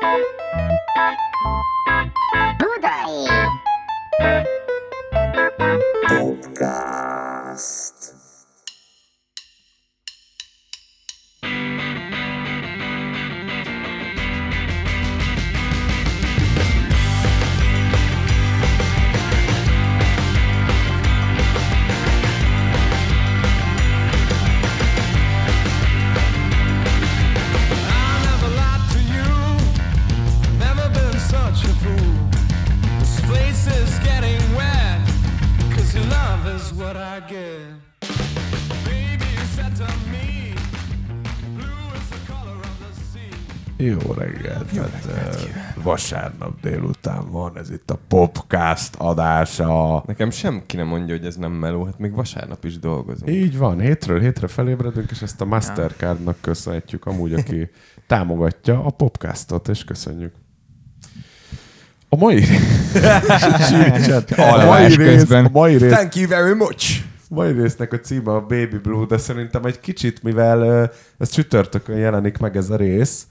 Podcast. Jó reggelt! Vasárnap délután van, ez itt a Popcast adása. Nekem senki nem mondja, hogy ez nem meló, hát még vasárnap is dolgozunk. Így van, hétről hétre felébredünk, és ezt a Mastercardnak köszönhetjük amúgy, aki támogatja a Popcastot, és köszönjük. A mai rész... Thank you very much! Mai résznek a címe a Baby Blue, de szerintem egy kicsit, mivel ez csütörtökön jelenik meg ez a rész,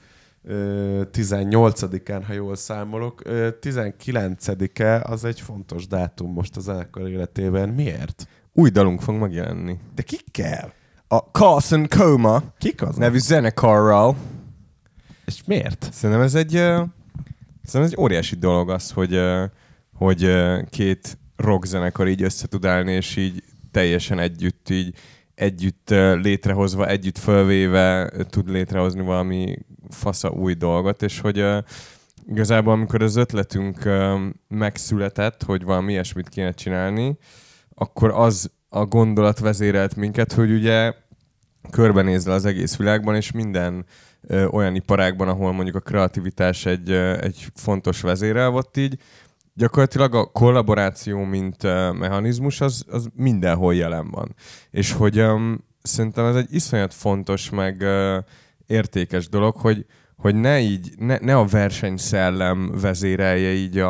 18-án, ha jól számolok, 19-e az egy fontos dátum most a zenekar életében. Miért? Új dalunk fog megjelenni. De kikkel? A Carson Coma Kik az? nevű zenekarral. És miért? Szerintem ez egy óriási dolog az, hogy két rock zenekar így össze tud állni, és így teljesen együtt létrehozva, együtt fölvéve tud létrehozni valami fasza új dolgot, és hogy igazából amikor az ötletünk megszületett, hogy valami ilyesmit kéne csinálni, akkor az a gondolat vezérelt minket, hogy ugye körbenézel az egész világban, és minden olyan iparágban, ahol mondjuk a kreativitás egy fontos vezérel volt így, gyakorlatilag a kollaboráció, mint mechanizmus, az mindenhol jelen van. És hogy szerintem ez egy iszonyat fontos, meg értékes dolog, hogy ne a versenyszellem vezérelje így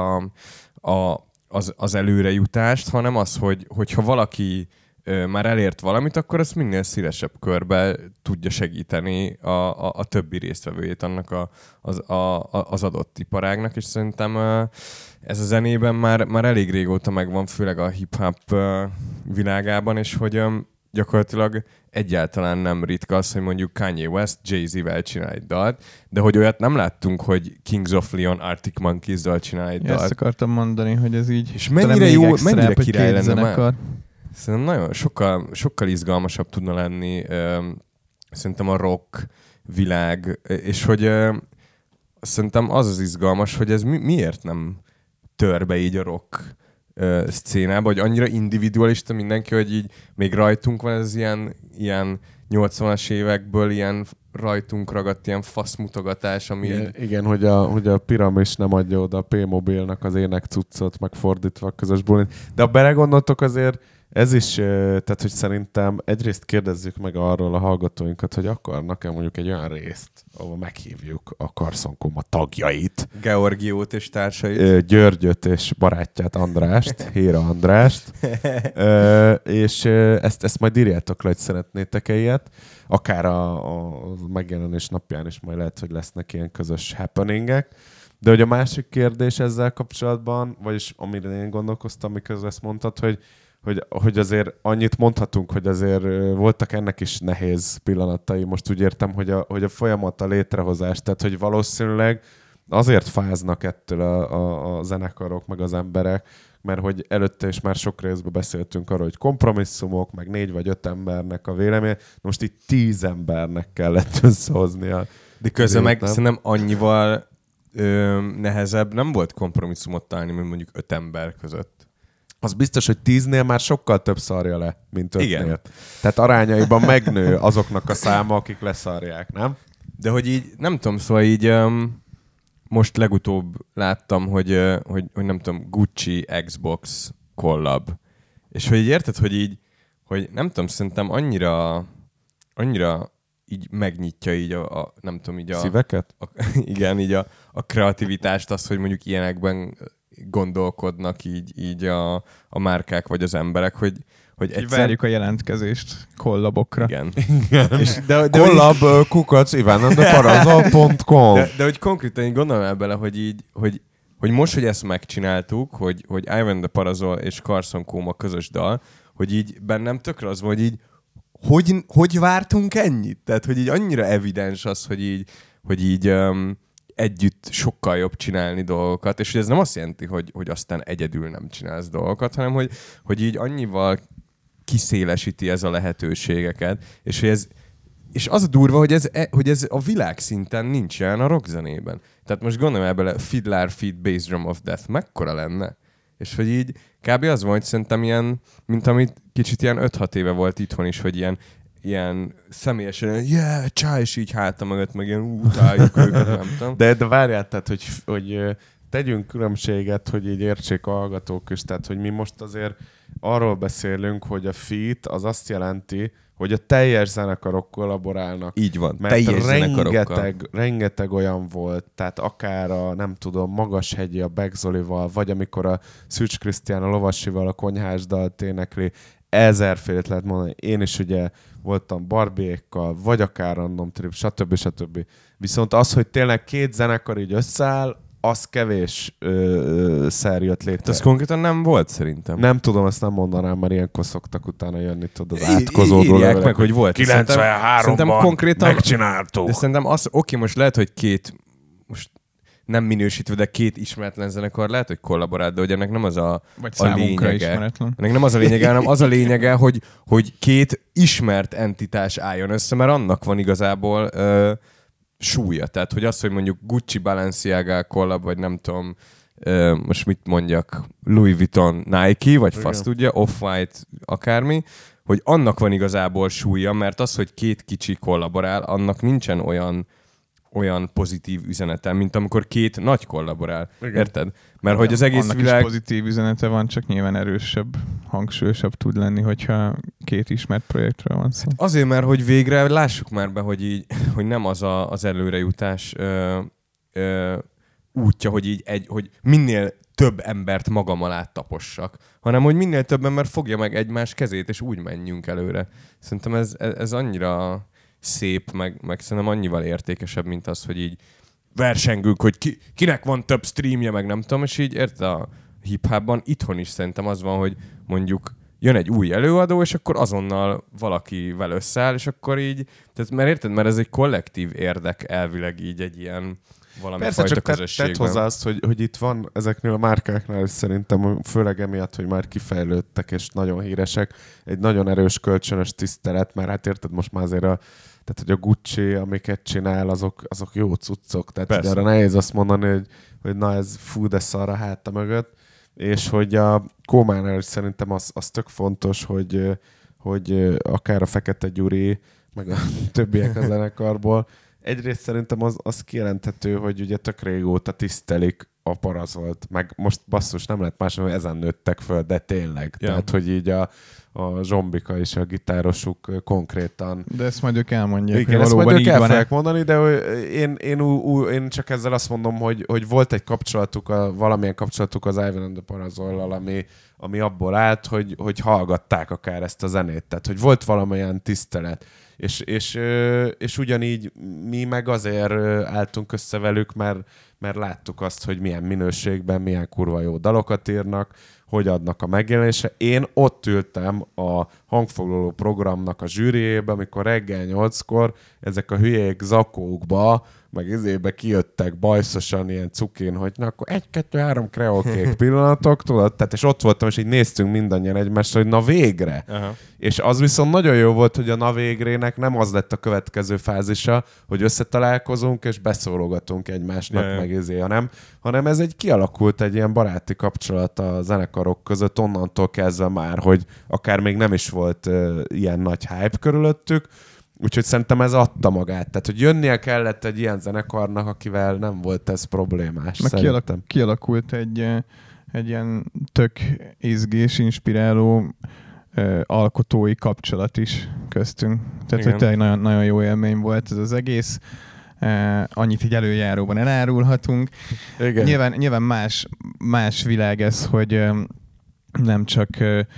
az előrejutást, hanem az, hogyha valaki már elért valamit, akkor azt minél szélesebb körbe tudja segíteni a többi résztvevőjét annak az adott iparágnak, és szerintem ez a zenében már elég régóta megvan, főleg a hip-hop világában, és hogy gyakorlatilag egyáltalán nem ritka az, hogy mondjuk Kanye West Jay-Z-vel csinál egy dalt, de hogy olyat nem láttunk, hogy Kings of Leon Arctic Monkeys-dal csinál egy dalt. Ezt akartam mondani, hogy ez így... És mennyire jó, mennyire király lenne zenekar. Szerintem nagyon sokkal izgalmasabb tudna lenni szerintem a rock világ, és hogy szerintem az izgalmas, hogy ez miért nem tör be így a rock szcénába, hogy annyira individualista mindenki, hogy így még rajtunk van ez ilyen 80-as évekből ilyen rajtunk ragadt ilyen faszmutogatás, ami... Igen, hogy a piramis nem adja oda a P-mobilnak az ének cuccot, meg fordítva a közös bulin. De ha belegondoltok azért, ez is, tehát hogy szerintem egyrészt kérdezzük meg arról a hallgatóinkat, hogy akarnak-e mondjuk egy olyan részt, ahol meghívjuk a Carson Coma tagjait. Georgiót és társait. Györgyöt és barátját Andrást, Héra Andrást. És ezt majd írjátok le, hogy szeretnétek-e ilyet. Akár a megjelenés napján is majd lehet, hogy lesznek ilyen közös happeningek. De hogy a másik kérdés ezzel kapcsolatban, vagyis amire én gondolkoztam, miközben ezt mondtad, hogy azért annyit mondhatunk, hogy azért voltak ennek is nehéz pillanatai. Most úgy értem, hogy a folyamat, a létrehozás, tehát hogy valószínűleg azért fáznak ettől a zenekarok, meg az emberek, mert hogy előtte is már sok részben beszéltünk arról, hogy kompromisszumok, meg 4 vagy 5 embernek a vélemény. Most itt 10 embernek kellett összehoznia. De közben meg szerintem annyival nehezebb nem volt kompromisszumot találni, mint mondjuk 5 ember között. Az biztos, hogy 10-nél már sokkal több szarja le, mint 5-nél. Igen. Tehát arányaiban megnő azoknak a száma, akik leszarják, nem? De hogy így, nem tudom, szóval így most legutóbb láttam, hogy nem tudom, Gucci Xbox collab. És hogy így érted, hogy nem tudom, szerintem annyira így megnyitja így nem tudom, így szíveket? Igen, így a kreativitást, az, hogy mondjuk ilyenekben gondolkodnak így a márkák vagy az emberek, hogy egyszer... Várjuk a jelentkezést kollabokra. Igen. És Kollab kukac ivanandeparazol.com. De hogy konkrétan így gondolom el bele, hogy most, hogy ezt megcsináltuk, hogy Ivan the Parazol és Carson Koma közös dal, hogy így bennem tökre az volt, hogy vártunk ennyit? Tehát, hogy így annyira evidens az, hogy így együtt sokkal jobb csinálni dolgokat, és hogy ez nem azt jelenti, hogy aztán egyedül nem csinálsz dolgokat, hanem hogy így annyival kiszélesíti ez a lehetőségeket, és az a durva, hogy ez a világ szinten nincs jelen a rockzenében. Tehát most gondolom el bele, Fiddler Feed Bass Drum of Death, mekkora lenne? És hogy így kb. Az volt, hogy szerintem ilyen, mint amit kicsit ilyen 5-6 éve volt itthon is, hogy ilyen személyesen, csá, és így háta mögött, meg ilyen utáljuk őket, nem tudom. De várjál, tehát, hogy tegyünk különbséget, hogy így értsék a hallgatók is, tehát, hogy mi most azért arról beszélünk, hogy a feat az azt jelenti, hogy a teljes zenekarok kollaborálnak. Így van, mert teljes zenekarokkal. rengeteg olyan volt, tehát akár a, nem tudom, Magashegyi a Begzolival, vagy amikor a Szűcs Krisztián a Lovassival a Konyhás dalt énekli, ezerfélét lehet mondani. Én is ugye voltam Barbiékkal, vagy akár Random Trip, stb. Viszont az, hogy tényleg két zenekar így összeáll, az kevés szer jött létre. Hát az konkrétan nem volt szerintem. Nem tudom, ezt nem mondanám, mert ilyenkor szoktak utána jönni, tudod, az átkozódó írják meg, hogy volt. 93-ban konkrétan megcsináltuk. De szerintem oké, most lehet, hogy most nem minősítve, de két ismeretlen zenekar lehet, hogy kollaborál, de hogy ennek nem az a lényege. Ismeretlen. Ennek nem az a lényege, hanem az a lényege, hogy két ismert entitás álljon össze, mert annak van igazából súlya. Tehát, hogy az, hogy mondjuk Gucci, Balenciaga kollab, vagy nem tudom, most mit mondjak, Louis Vuitton, Nike, vagy fasz tudja, Off-White, akármi, hogy annak van igazából súlya, mert az, hogy két kicsi kollaborál, annak nincsen olyan pozitív üzenete, mint amikor két nagy kollaborál. Igen. Érted? Mert hogy az egész annak világ... is pozitív üzenete van, csak nyilván erősebb, hangsúlyosabb tud lenni, hogyha két ismert projektről van szó. Azért, mert hogy végre lássuk már be, hogy nem az az előrejutás útja, hogy minél több embert magam alá tapossak, hanem hogy minél több ember fogja meg egymás kezét, és úgy menjünk előre. Szerintem ez annyira szép, meg szerintem annyival értékesebb, mint az, hogy így versengünk, hogy kinek van több streamje, meg nem tudom, és így érted a hip-hopban itthon is szerintem az van, hogy mondjuk jön egy új előadó, és akkor azonnal valakivel összeáll, és akkor így, tehát mert érted, mert ez egy kollektív érdek elvileg így egy ilyen valami persze, fajta csak közösségben. tedd hozzá azt, hogy itt van ezeknél a márkáknál is szerintem, főleg emiatt, hogy már kifejlődtek és nagyon híresek, egy nagyon erős kölcsönös tisztelet, mert hát érted most már azért tehát, hogy a Gucci, amiket csinál, azok jó cuccok. Tehát arra nehéz azt mondani, hogy na ez fú, de szar a háta mögött. És hogy a Kómánál is szerintem az tök fontos, hogy akár a Fekete Gyuri, meg a többiek a zenekarból, egyrészt szerintem az kijelenthető, hogy ugye tök régóta tisztelik a Parazolt, meg most basszus nem lehet más, hogy ezen nőttek föl, de tényleg. Ja. Tehát, hogy így a Zsombika és a gitárosuk konkrétan... De ezt majd ők elmondják. Igen, ezt majd ők el fogják mondani, de én csak ezzel azt mondom, hogy volt egy kapcsolatuk, valamilyen kapcsolatuk az Ivan and the Parazollal, ami abból állt, hogy hallgatták akár ezt a zenét. Tehát, hogy volt valamilyen tisztelet. És ugyanígy mi meg azért álltunk össze velük, mert láttuk azt, hogy milyen minőségben, milyen kurva jó dalokat írnak, hogy adnak a megjelenésre. Én ott ültem a hangfoglaló programnak a zsűriébe, amikor reggel 8-kor ezek a hülyék zakókba, meg izébe kijöttek bajszosan ilyen cukin, hogy na akkor 1, 2, 3 kreolkék pillanatok, tudod? Tehát és ott voltam, és így néztünk mindannyian egymásra, hogy na végre. Aha. És az viszont nagyon jó volt, hogy a na végrének nem az lett a következő fázisa, hogy összetalálkozunk, és beszólogatunk egymásnak, meg izé, hanem ez kialakult egy ilyen baráti kapcsolat a zenekarok között, onnantól kezdve már, hogy akár még nem is volt ilyen nagy hype körülöttük, úgyhogy szerintem ez adta magát. Tehát, hogy jönnie kellett egy ilyen zenekarnak, akivel nem volt ez problémás. Kialakult egy ilyen tök izgés, inspiráló alkotói kapcsolat is köztünk. Tehát, hogy tényleg nagyon, nagyon jó élmény volt ez az egész. Annyit így előjáróban elárulhatunk. Igen. Nyilván más világ ez, hogy nem csak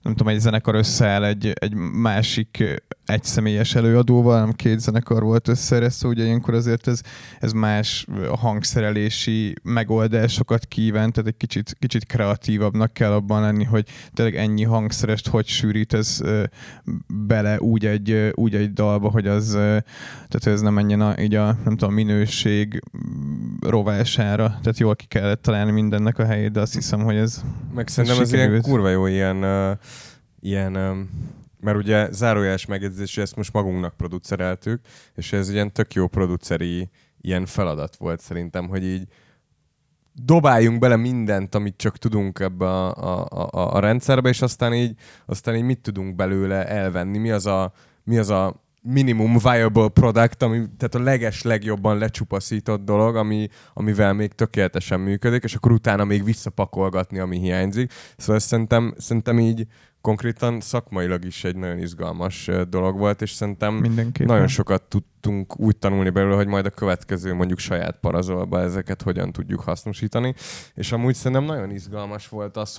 nem tudom, egy zenekar összeáll egy másik egyszemélyes előadóval, hanem 2 zenekar volt összeeresztve, ugye ilyenkor azért ez más hangszerelési megoldásokat kíván, tehát egy kicsit kreatívabbnak kell abban lenni, hogy tényleg ennyi hangszerest hogy sűrítesz bele úgy egy dalba, hogy az, tehát ez nem menjen így a nem tudom, minőség rovására, tehát jól ki kellett találni mindennek a helyét, de azt hiszem, hogy ez meg szerintem ez ilyen kurva jó ilyen mert ugye zárójeles megjegyzés, ezt most magunknak producereltük, és ez ilyen tök jó produceri ilyen feladat volt szerintem, hogy így dobáljunk bele mindent, amit csak tudunk ebbe a rendszerbe, és aztán így mit tudunk belőle elvenni, mi az a minimum viable product, tehát a legjobban lecsupaszított dolog, amivel még tökéletesen működik, és akkor utána még visszapakolgatni, ami hiányzik. Szóval szerintem így konkrétan szakmailag is egy nagyon izgalmas dolog volt, és szerintem nagyon sokat tudtunk úgy tanulni belőle, hogy majd a következő mondjuk saját parazolba ezeket hogyan tudjuk hasznosítani. És amúgy szerintem nagyon izgalmas volt az,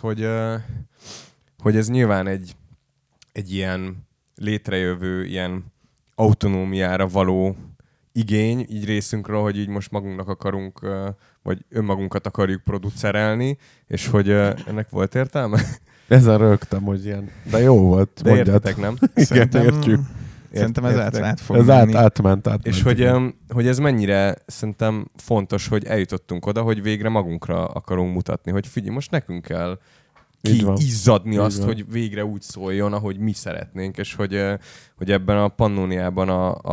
hogy ez nyilván egy ilyen létrejövő, ilyen autonómiára való igény így részünkről, hogy így most magunknak akarunk, vagy önmagunkat akarjuk producerelni, és hogy ennek volt értelme? Ezen rögtem, hogy ilyen. De jó volt. De értetek, nem? Igen, értjük. Szerintem ez át fog ez átment. És hogy ez mennyire szerintem fontos, hogy eljutottunk oda, hogy végre magunkra akarunk mutatni, hogy figyelj, most nekünk kell kiizzadni azt, hogy végre úgy szóljon, ahogy mi szeretnénk, és hogy ebben a Pannóniában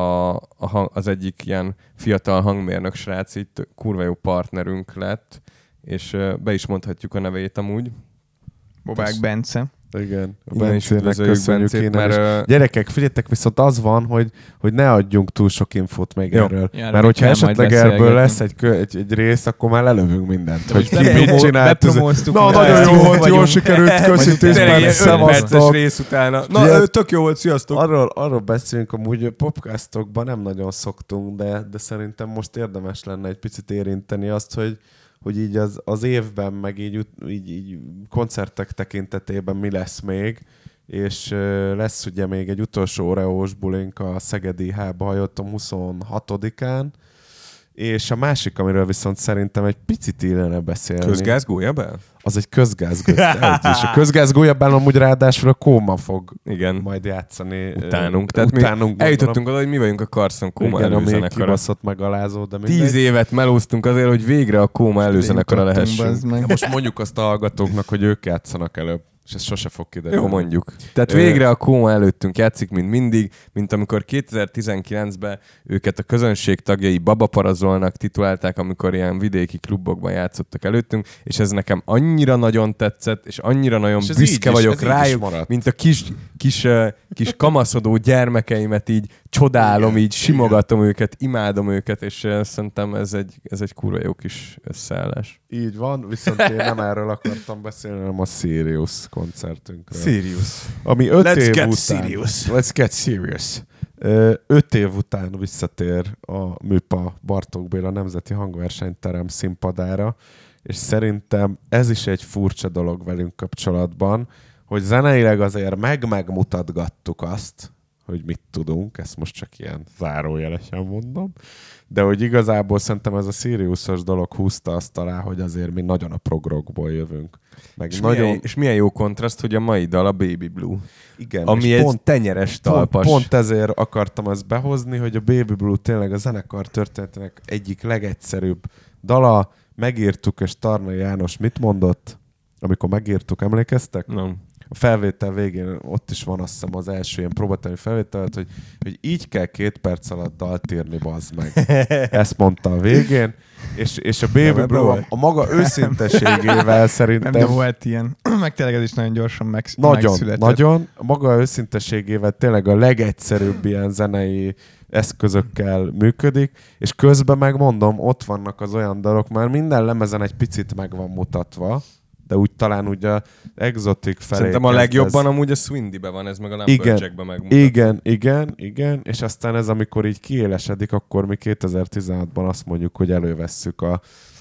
az egyik ilyen fiatal hangmérnök srác itt kurva jó partnerünk lett, és be is mondhatjuk a nevét amúgy. Bobák Bence. Igen. A Bencének köszönjük innen. Mert gyerekek, figyeljetek, viszont az van, hogy ne adjunk túl sok infót még erről. Ja, mert hogyha esetleg ebből lesz egy rész, akkor már lelövünk mindent. Hogy ki mit csinált. Na, nagyon jó volt, jól sikerült, köszi 10 perc, szevasztok. Rész utána. Na, tök jó volt, sziasztok. Arról beszélünk, amúgy podcastokban nem nagyon szoktunk, de szerintem most érdemes lenne egy picit érinteni azt, hogy így az évben, meg így koncertek tekintetében mi lesz még, és lesz ugye még egy utolsó Oreós bulink a Szegedi H-ba, ha jöttem 26-án, és a másik, amiről viszont szerintem egy picit illene beszélni. Közgázgólyabál? Az egy közgázgólyabál. És a közgázgólyabál amúgy ráadásul a Kóma fog majd játszani. Utánunk. Tehát utánunk eljutottunk oda, hogy mi vagyunk a Carson Kóma előzenekara. Igen, ami kibaszott megalázó, de mindegy. 10 évet melóztunk azért, hogy végre a Kóma előzenekara lehessünk. Most mondjuk azt a hallgatóknak, hogy ők játszanak előbb. És ez sose fog kiderülni. Jó, mondjuk. Tehát végre a Kóma előttünk játszik, mint mindig, mint amikor 2019-ben őket a közönség tagjai babaparazolnak titulálták, amikor ilyen vidéki klubokban játszottak előttünk, és ez nekem annyira nagyon tetszett, és annyira nagyon és büszke vagyok rájuk, mint a kis kamaszodó gyermekeimet így csodálom, így simogatom őket, imádom őket, és szerintem ez egy kurva jó kis összeállás. Így van, viszont én nem erről akartam beszélni, hanem a Sirius koncertünkről. Sirius. Ami 5 év után... Serious. Let's get serious. 5 év után visszatér a Műpa Bartók Béla Nemzeti Hangversenyterem színpadára, és szerintem ez is egy furcsa dolog velünk kapcsolatban, hogy zeneileg azért megmutatgattuk azt, hogy mit tudunk, ezt most csak ilyen zárójelesen mondom, de hogy igazából szerintem ez a Siriusos dolog húzta azt alá, hogy azért mi nagyon a prog-rockból jövünk. És milyen jó kontraszt, hogy a mai dal a Baby Blue. Igen. Ami egy tenyeres talpas. Pont ezért akartam ezt behozni, hogy a Baby Blue tényleg a zenekar történetének egyik legegyszerűbb dala. Megírtuk, és Tarnai János mit mondott, amikor megírtuk, emlékeztek? Nem. A felvétel végén ott is van, azt hiszem, az első ilyen próbatermi felvétel, hogy így kell 2 perc alatt dalt írni, bazd meg. Ezt mondta a végén. És a Baby Blue a maga őszinteségével szerintem... Nem, de volt ilyen. Meg tényleg ez is nagyon gyorsan megszületett. Nagyon. A maga őszinteségével tényleg a legegyszerűbb ilyen zenei eszközökkel működik, és közben megmondom, ott vannak az olyan dalok, már minden lemezen egy picit meg van mutatva, de úgy talán úgy a exotic felé... Szerintem a legjobban amúgy a Swindy-be van, ez meg a Lumberjack-ben megmutatva. Igen, és aztán ez, amikor így kiélesedik, akkor mi 2016-ban azt mondjuk, hogy elővesszük a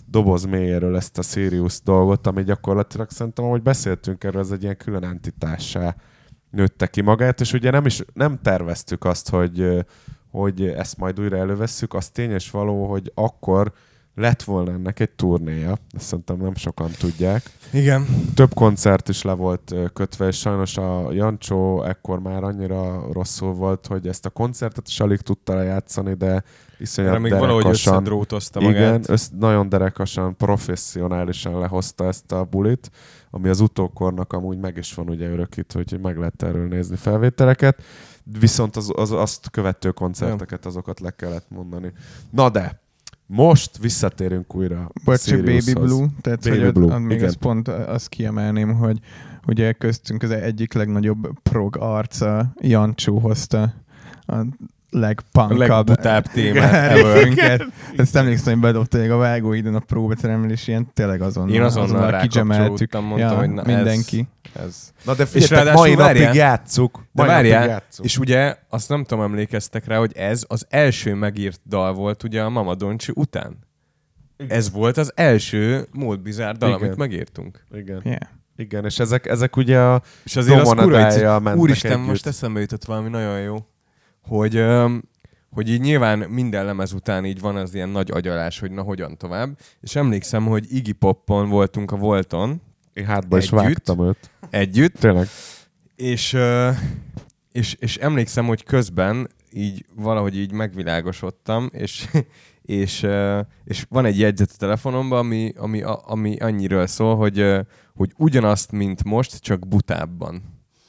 doboz mélyéről ezt a Sirius dolgot, ami gyakorlatilag szerintem, ahogy beszéltünk erről, ez egy ilyen külön entitássá nőtte ki magát, és ugye nem terveztük azt, hogy ezt majd újra elővesszük, az tény és való, hogy akkor lett volna ennek egy turnéja, ezt szerintem nem sokan tudják. Igen. Több koncert is le volt kötve, és sajnos a Jancsó ekkor már annyira rosszul volt, hogy ezt a koncertet is alig tudta lejátszani, de iszonyat még valahogy derekasan. összedrótozta magát. Igen, nagyon derekasan, professzionálisan lehozta ezt a bulit, ami az utókornak amúgy meg is van ugye örökít, hogy meg lehet erről nézni felvételeket, viszont azt követő koncerteket, azokat le kellett mondani. Na de, most visszatérünk újra Csak Baby Blue, tehát Baby hogy Blue, még igen. ezt pont azt kiemelném, hogy ugye köztünk az egyik legnagyobb prog arca Jancsó hozta a legpunkabb, legbutább témát ever. Ezt emlékszem, hogy bedobta még a vágóidőn a próbateremben, és ilyen tényleg azonnal. Én azonnal kicsemeltük. mondtam, hogy na, mindenki. Ez. Na de És figyeljetek, ráadásul mai napig várjál. játsszuk. De várjál, és ugye azt nem tudom, emlékeztek rá, hogy ez az első megírt dal volt ugye a Mama Doncsi után. Ez volt az első Mód Bizarr dal, Igen. amit megírtunk. Igen. Yeah. Igen, és ezek ugye a És azért az Domonadája mentek úristen, együtt. most eszembe jutott valami nagyon jó, hogy így nyilván minden lemez után így van az ilyen nagy agyalás, hogy na hogyan tovább. És emlékszem, hogy Iggy Popon voltunk a Volton. Én hátba is Együtt. vágtam őt. Együtt. Tényleg. És emlékszem, hogy közben így valahogy így megvilágosodtam, és van egy jegyzet a telefonomban, ami annyiről szól, hogy ugyanazt, mint most, csak butábban.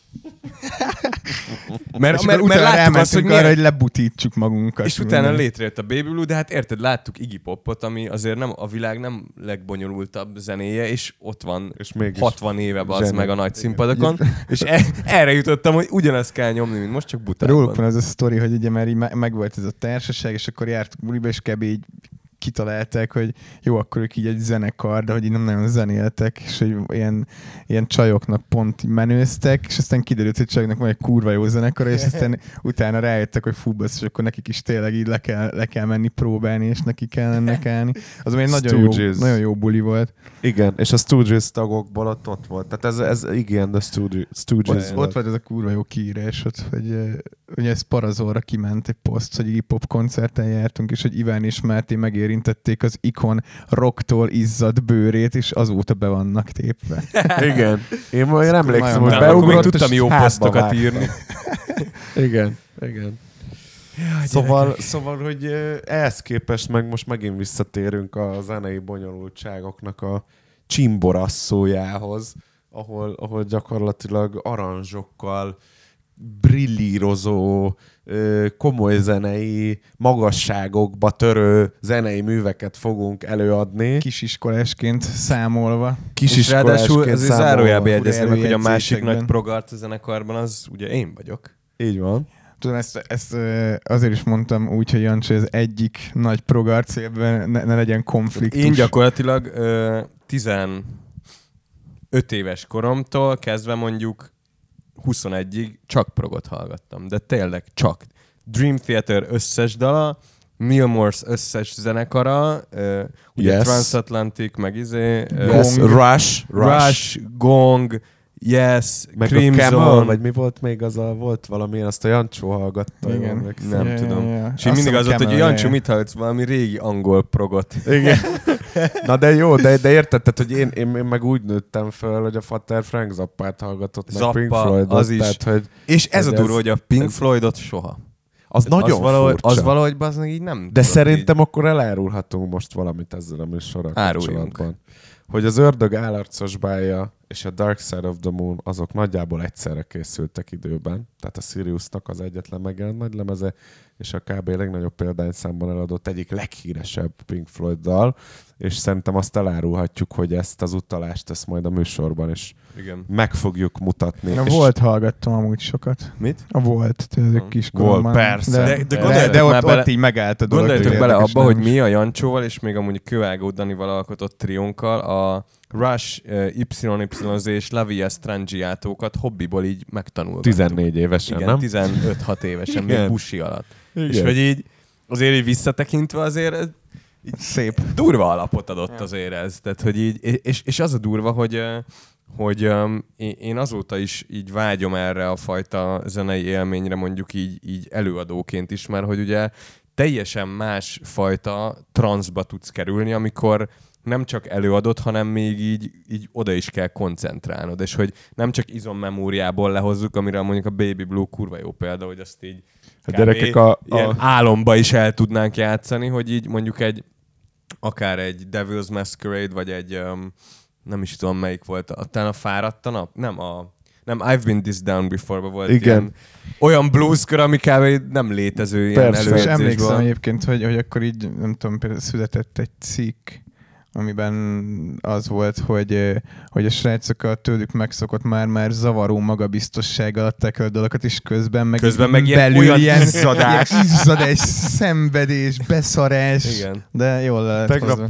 mert láttuk azt, hogy arra, hogy lebutítsuk magunkat. és utána létrejött a Baby Blue, de hát érted, láttuk Iggy Popot, ami azért nem a világ nem legbonyolultabb zenéje, és ott van És mégis 60 éve bazd zseni. meg a nagy színpadokon, és erre jutottam, hogy ugyanezt kell nyomni, mint most, csak Róluk butában. van az a sztori, hogy ugye már így megvolt ez a társaság, és akkor jártuk buliba, és kb. Így kitalálták, hogy jó, akkor ők így egy zenekar, de hogy így nem nagyon zenéltek, és hogy ilyen csajoknak pont így menőztek, és aztán kiderült, hogy csajoknak van egy kurva jó zenekar, és aztán utána rájöttek, hogy fú, basszus, és akkor nekik is tényleg így le kell menni próbálni, és neki kell ennek állni. Az egy nagyon jó buli volt. Igen, és a Stooges tagokból ott volt. Tehát ez igen, de Stooges Ott volt ez a kurva jó kiírás, hogy ugye ez Parazorra kiment egy poszt, hogy Iggy Pop koncerten jártunk, és hogy Iván és Máté megérintették az ikon rocktól izzadt bőrét, és azóta be vannak tépve. Igen. Én majd emlékszem, hogy Akkor még beugrott, tudtam és jó hátba posztokat vágta. írni. Igen. Szóval, hogy ehhez képest meg most megint visszatérünk a zenei bonyolultságoknak a csimborasszójához, ahol gyakorlatilag aranzsokkal brillírozó, komoly zenei magasságokba törő zenei műveket fogunk előadni. Kisiskolásként számolva. És ráadásul ez zárójelbe jegyezni meg, hogy a másik előjegyzésekben. nagy progart a zenekarban az ugye én vagyok. Így van. Tudom, ezt azért is mondtam úgy, hogy Jancsó, ez egyik nagy progart célben ne legyen konfliktus. Én gyakorlatilag 15 éves koromtól kezdve mondjuk 21-ig csak progot hallgattam, de tényleg csak. Dream Theater összes dala, Neil Morse összes zenekara, ugye Yes. Transatlantic, meg Yes. Rush, Gong, Yes, meg Crimson. a Camel, vagy mi volt még volt valamilyen, azt a Jancsó hallgatta. Igen. jól emlékszem. Nem tudom. Ja. És így mindig az volt, hogy Camel, Jancsó, mit hallgatsz? Valami régi angol progot. Igen. Na de jó, de érted, tehát, hogy én meg úgy nőttem föl, hogy a fater Frank Zappát hallgatott, meg Zappa, Pink Floydot, az is. tehát, hogy És ez a hogy durva, hogy a Pink ez- Floydot soha. az nagyon furcsa. Az valahogy bazdmeg így nem De tudod szerintem akkor elárulhatunk most valamit ezzel a műsorral Áruljunk. kapcsolatban. Hogy az Ördög állarcos bája és a Dark Side of the Moon azok nagyjából egyszerre készültek időben. Tehát a Siriusnak az egyetlen megjelent nagy lemeze, és a kb. Legnagyobb példányszámban eladott egyik leghíresebb Pink Floyd dal, és szerintem azt elárulhatjuk, hogy ezt az utalást ezt majd a műsorban is Igen. meg fogjuk mutatni. Én a És Volt hallgattam amúgy sokat. Mit? A Volt, tényleg kiskoromban. Volt, persze. De gondoljatok de már bele- ott így megállt a dolog. Gondoljatok hogy bele érdekes, abba, hogy nem? mi a Jancsóval, és még amúgy Kőágó Danival alkotott triónkkal a Rush, YYZ és La Via Strangiatókat hobbiból így megtanulgattuk. 14 évesen, Igen, nem? 15-6 évesen, még Igen. busi alatt. Igen. És hogy így azért így visszatekintve azért Szép. Durva alapot adott azért ez. Tehát, hogy így, és az a durva, hogy én azóta is így vágyom erre a fajta zenei élményre, mondjuk így előadóként is, mert hogy ugye teljesen más fajta transzba tudsz kerülni, amikor nem csak előadod, hanem még így oda is kell koncentrálnod, és hogy nem csak izommemóriából lehozzuk, amire mondjuk a Baby Blue kurva jó példa, hogy azt így gyerekek ilyen álomba is el tudnánk játszani, hogy így mondjuk akár egy Devil's Masquerade, vagy egy nem is tudom melyik volt, talán a Fáradt a nap? Nem, I've Been This Down Before-ban volt ilyen olyan blueskör, ami kb. Nem létező ilyen előedzésből. És emlékszem egyébként, hogy akkor így, nem tudom, például született egy cikk, amiben az volt, hogy a srácokat tőlük megszokott már zavaró magabiztossággal adták el a dolgokat, és közben meg ilyen olyan izzadás. Izzadás, szenvedés, beszarás. Igen. De jól lehet Tegnap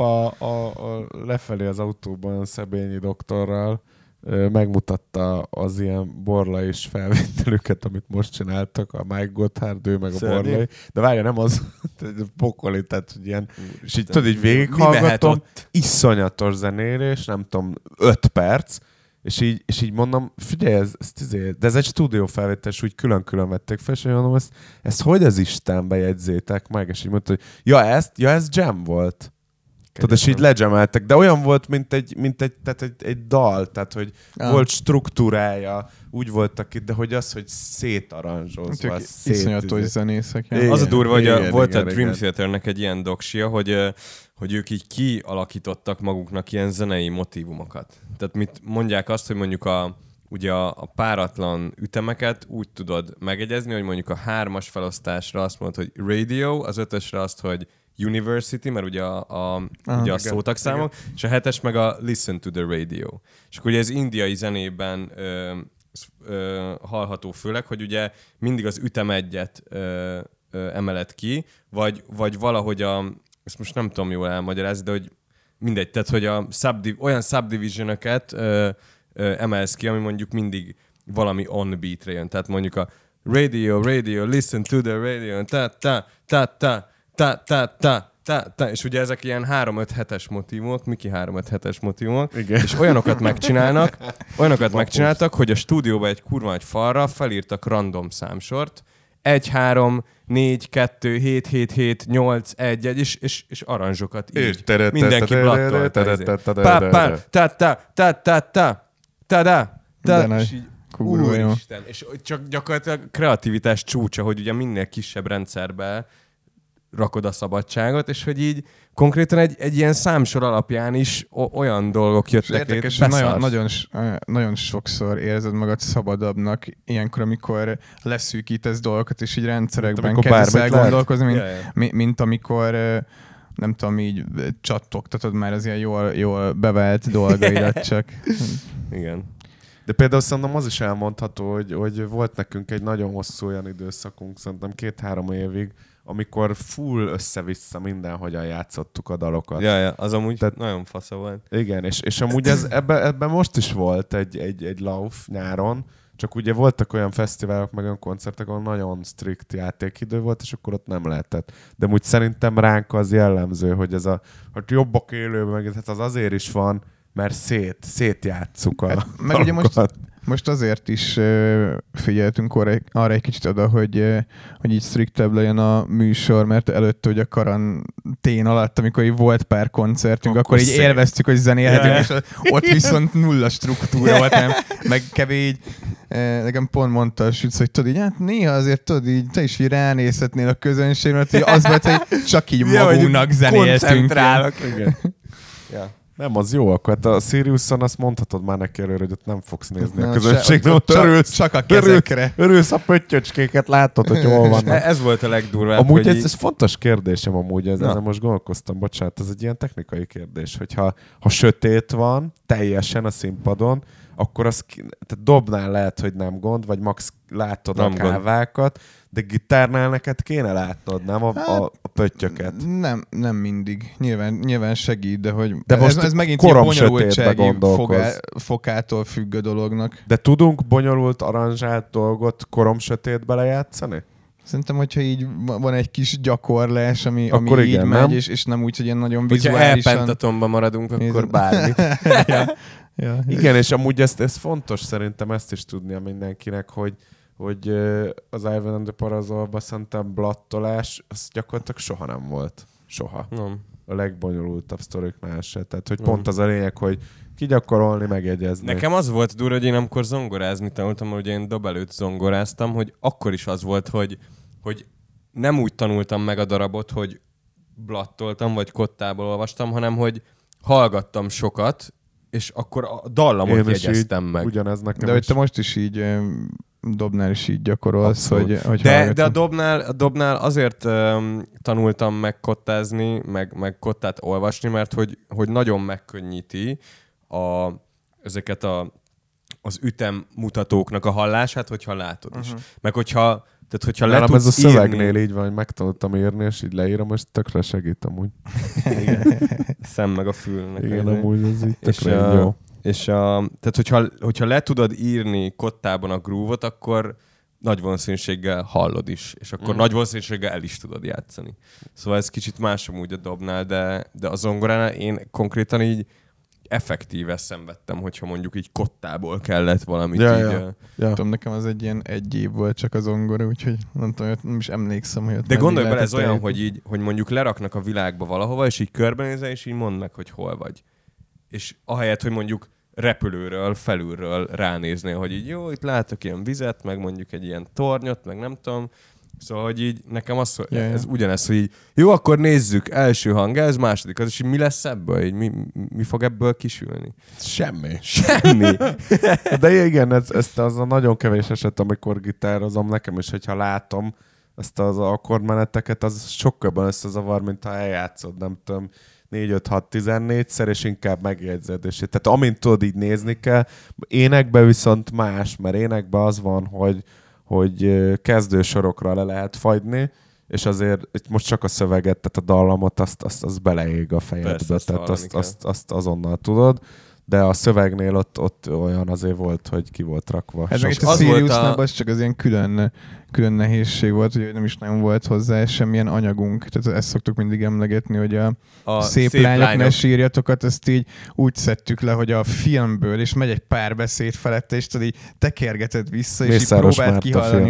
lefelé az autóban Szebényi doktorral megmutatta az ilyen Borlai-s felvételüket, amit most csináltak, a Mike Gotthard, ő meg a Borlai. De várja, nem az pokoli, tehát hogy ilyen, és így tudod, így végighallgatom, iszonyatos zenélés, nem tudom, 5 perc, és így mondom, figyelj, de ez egy stúdió felvétel, és úgy külön-külön vették fel, és mondom, ezt hogy az Istenbe jegyzétek meg? És így mondta, hogy ez jam volt. Tudod, és így legyemeltek, de olyan volt, mint egy dal, tehát hogy volt struktúrája, úgy voltak itt, de hogy az, hogy szétaranzsozva. Iszonyatos zenészek. Igen, az a durva, hogy volt a Dream Theaternek egy ilyen doksia, hogy ők így kialakítottak maguknak ilyen zenei motívumokat. Tehát mit mondják azt, hogy mondjuk ugye a páratlan ütemeket úgy tudod megegyezni, hogy mondjuk a 3-as felosztásra azt mondod, hogy radio, az 5-ösre azt, hogy University, mert ugye a szótagszámok, és a 7-es meg a Listen to the Radio. És akkor ugye ez indiai zenében hallható főleg, hogy ugye mindig az ütemegyet emeled ki, vagy valahogy ezt most nem tudom jól elmagyarázni, de hogy mindegy, tehát hogy olyan subdivision-öket emelsz ki, ami mondjuk mindig valami on beat-re jön. Tehát mondjuk a radio, listen to the radio, és ugye ezek ilyen 3-5-7-es motívumok, Miki 3-5-7-es motívumok, és olyanokat megcsináltak, hogy a stúdióban egy kurva nagy falra felírtak random számsort, 1, 3, 4, 2, 7, 7, 7, 8, 1, 1, és aranzsokat így. Mindenki blattolta. Kurva jó. És csak gyakorlatilag kreativitás csúcsa, hogy ugye minél kisebb rendszerbe rakod a szabadságot, és hogy így konkrétan egy ilyen számsor alapján is olyan dolgok jöttek létre. Nagyon sokszor érzed magad szabadabbnak ilyenkor, amikor leszűkítesz dolgokat, és így rendszerekben kezdesz el gondolkozni, mint amikor nem tudom, így csattogtatod már az ilyen jól bevált dolgaidat csak. Igen. De például szerintem az is elmondható, hogy volt nekünk egy nagyon hosszú olyan időszakunk, szerintem 2-3 évig, amikor full össze-vissza mindenhogyan játszottuk a dalokat. Ja, az amúgy nagyon fasza volt. Igen, és amúgy ebben most is volt egy lauf nyáron, csak ugye voltak olyan fesztiválok, meg olyan koncertek, ahol nagyon strikt játékidő volt, és akkor ott nem lehetett. De úgy szerintem ránk az jellemző, hogy ez hogy jobbak élőben, meg ez az azért is van, mert szétjátsszuk a meg ugye most azért is figyeltünk arra egy kicsit oda, hogy így striktebb legyen a műsor, mert előtte ugye a karantén alatt, amikor így volt pár koncertünk, akkor így élveztük, hogy zenélhetünk, és ott viszont nulla struktúra volt, nem? Meg kevés nekem pont mondta a Sütsz, hogy tudod így, hát néha azért tudod így, te is így ránézhetnél a közönségre, mert így az volt, hogy csak így magunknak zenéltünk. Igen. Ja. Nem, az jó, akkor hát a Siriuson azt mondhatod már neki előre, hogy ott nem fogsz nézni a közönségnek. Csak a kezekre. Örülsz a pöttyöcskéket, látod, hogy hol vannak. Ez volt a legdurvább. Amúgy ez fontos kérdésem amúgy, ezen most gondolkoztam, bocsánat, ez egy ilyen technikai kérdés, hogy ha sötét van, teljesen a színpadon, akkor tehát dobnál lehet, hogy nem gond, vagy max látod nem a kávákat, de gitárnál neked kéne látnod, nem a pöttyöket? Nem mindig. Nyilván segít, de hogy de ez megint ilyen bonyolultsági fokától függ a dolognak. De tudunk bonyolult, aranzsált dolgot korom sötétbe lejátszani? Szerintem, hogyha így van egy kis gyakorlás, ami akkor így igen, megy, nem? És nem úgy, hogy ilyen nagyon Hogyha vizuálisan... elpentatomba maradunk, akkor bármit. Ja. Igen, és amúgy ez fontos szerintem ezt is tudnia mindenkinek, hogy az Ivan and the Parazolban szerintem blattolás, az gyakorlatilag soha nem volt. Soha. Nem. A legbonyolultabb sztoriknál se. Tehát, hogy pont az a lényeg, hogy kigyakorolni, megjegyezni. Nekem az volt durva, hogy én amikor zongorázni tanultam, hogy én dob előtt zongoráztam, hogy akkor is az volt, hogy nem úgy tanultam meg a darabot, hogy blattoltam, vagy kottából olvastam, hanem hogy hallgattam sokat, és akkor a dallamot jegyeztem meg. Ugyanez nekem De hogy is. te most is így dobnál is így gyakorolsz, hogy de a dobnál azért tanultam meg kottázni, meg kottát olvasni, mert hogy nagyon megkönnyíti ezeket az ütemmutatóknak a hallását, hogyha látod is. Meg hogyha le Nálam tudsz ez a szövegnél írni. így van, hogy megtanultam írni, és így leírom, és tökre segít amúgy. Igen. Szem meg a fülnek. Igen, amúgy ez így tökre így jó. Tehát hogyha le tudod írni kottában a groove-ot, akkor nagy valószínűséggel hallod is, és akkor nagy valószínűséggel el is tudod játszani. Szóval ez kicsit más amúgy a dobnál, de a zongoránál én konkrétan így effektíve szenvedtem, hogyha mondjuk így kottából kellett valamit Ja. Tudom, nekem az egy ilyen 1 év volt csak a zongora, úgyhogy nem tudom, nem is emlékszem, hogy ott De gondolj bele, lehetett ez olyan, eljutni. hogy mondjuk leraknak a világba valahova, és így körbenézel, és így mondd meg, hogy hol vagy. És ahelyett, hogy mondjuk repülőről, felülről ránéznél, hogy így jó, itt látok ilyen vizet, meg mondjuk egy ilyen tornyot, meg nem tudom. Szóval, hogy így nekem ez ugyanez, hogy így, jó, akkor nézzük, első hang, ez második, az, és így mi lesz ebből? Így mi fog ebből kisülni? Semmi. Semmi. De igen, ez az a nagyon kevés eset, amikor gitározom nekem is, hogyha látom ezt az akkordmeneteket, az sokkal jobban összezavar, mint ha eljátszod, nem tudom, 4-5-6-14-szer, és inkább megjegyzed. Tehát amint tudod, így nézni kell. Énekben viszont más, mert énekben az van, hogy kezdősorokra le lehet fagyni, és azért itt most csak a szöveget, tehát a dallamot, azt beleég a fejedbe, persze, tehát azt azonnal tudod, de a szövegnél ott olyan azért volt, hogy ki volt rakva. Ez meg itt a az volt Siriusnál az csak az ilyen külön nehézség volt, hogy nem is nagyon volt hozzá semmilyen anyagunk. Tehát ezt szoktuk mindig emlegetni, hogy a szép lányok ne sírjatokat, ezt így úgy szedtük le, hogy a filmből, és megy egy párbeszéd felette, és tudod így tekergeted vissza, és így próbáld kihallani,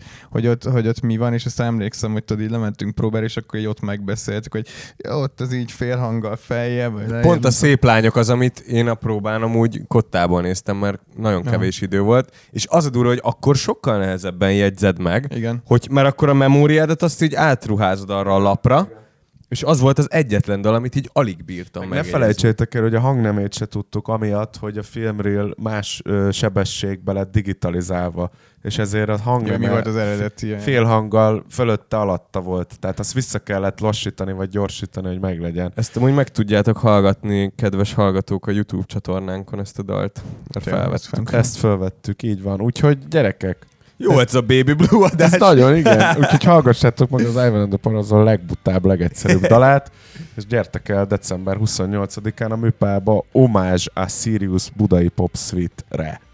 hogy ott mi van, és azt emlékszem, hogy tudod így lementünk próbára, és akkor így ott megbeszéltük, hogy jó, ott az így félhanggal feljebb. Pont a szép lányok az, amit én a próbán amúgy kottából néztem, mert nagyon kevés idő volt, és az a durva, hogy akkor sokkal nehezebben jegyzed meg, igen. Mert akkor a memóriádat azt így átruházod arra a lapra, és az volt az egyetlen dal, amit így alig bírtam meg. Ne felejtsétek el, hogy a hangnemét se tudtuk, amiatt, hogy a filmreel más sebességbe lett digitalizálva, és ezért a hangneme mi volt az eredeti? Félhanggal fölötte alatta volt, tehát azt vissza kellett lassítani, vagy gyorsítani, hogy meglegyen. Ezt amúgy meg tudjátok hallgatni, kedves hallgatók, a YouTube csatornánkon ezt a dalt, mert felvettük. Ezt felvettük, így van. Úgyhogy gyerekek, jó, ez a Baby Blue adás. ez nagyon, igen. Úgyhogy hallgassátok meg az Ivan and the Parazol legbutább, legegyszerűbb dalát, és gyertek el december 28-án a Műpába Homage a Sirius Budai Pop Suite-re.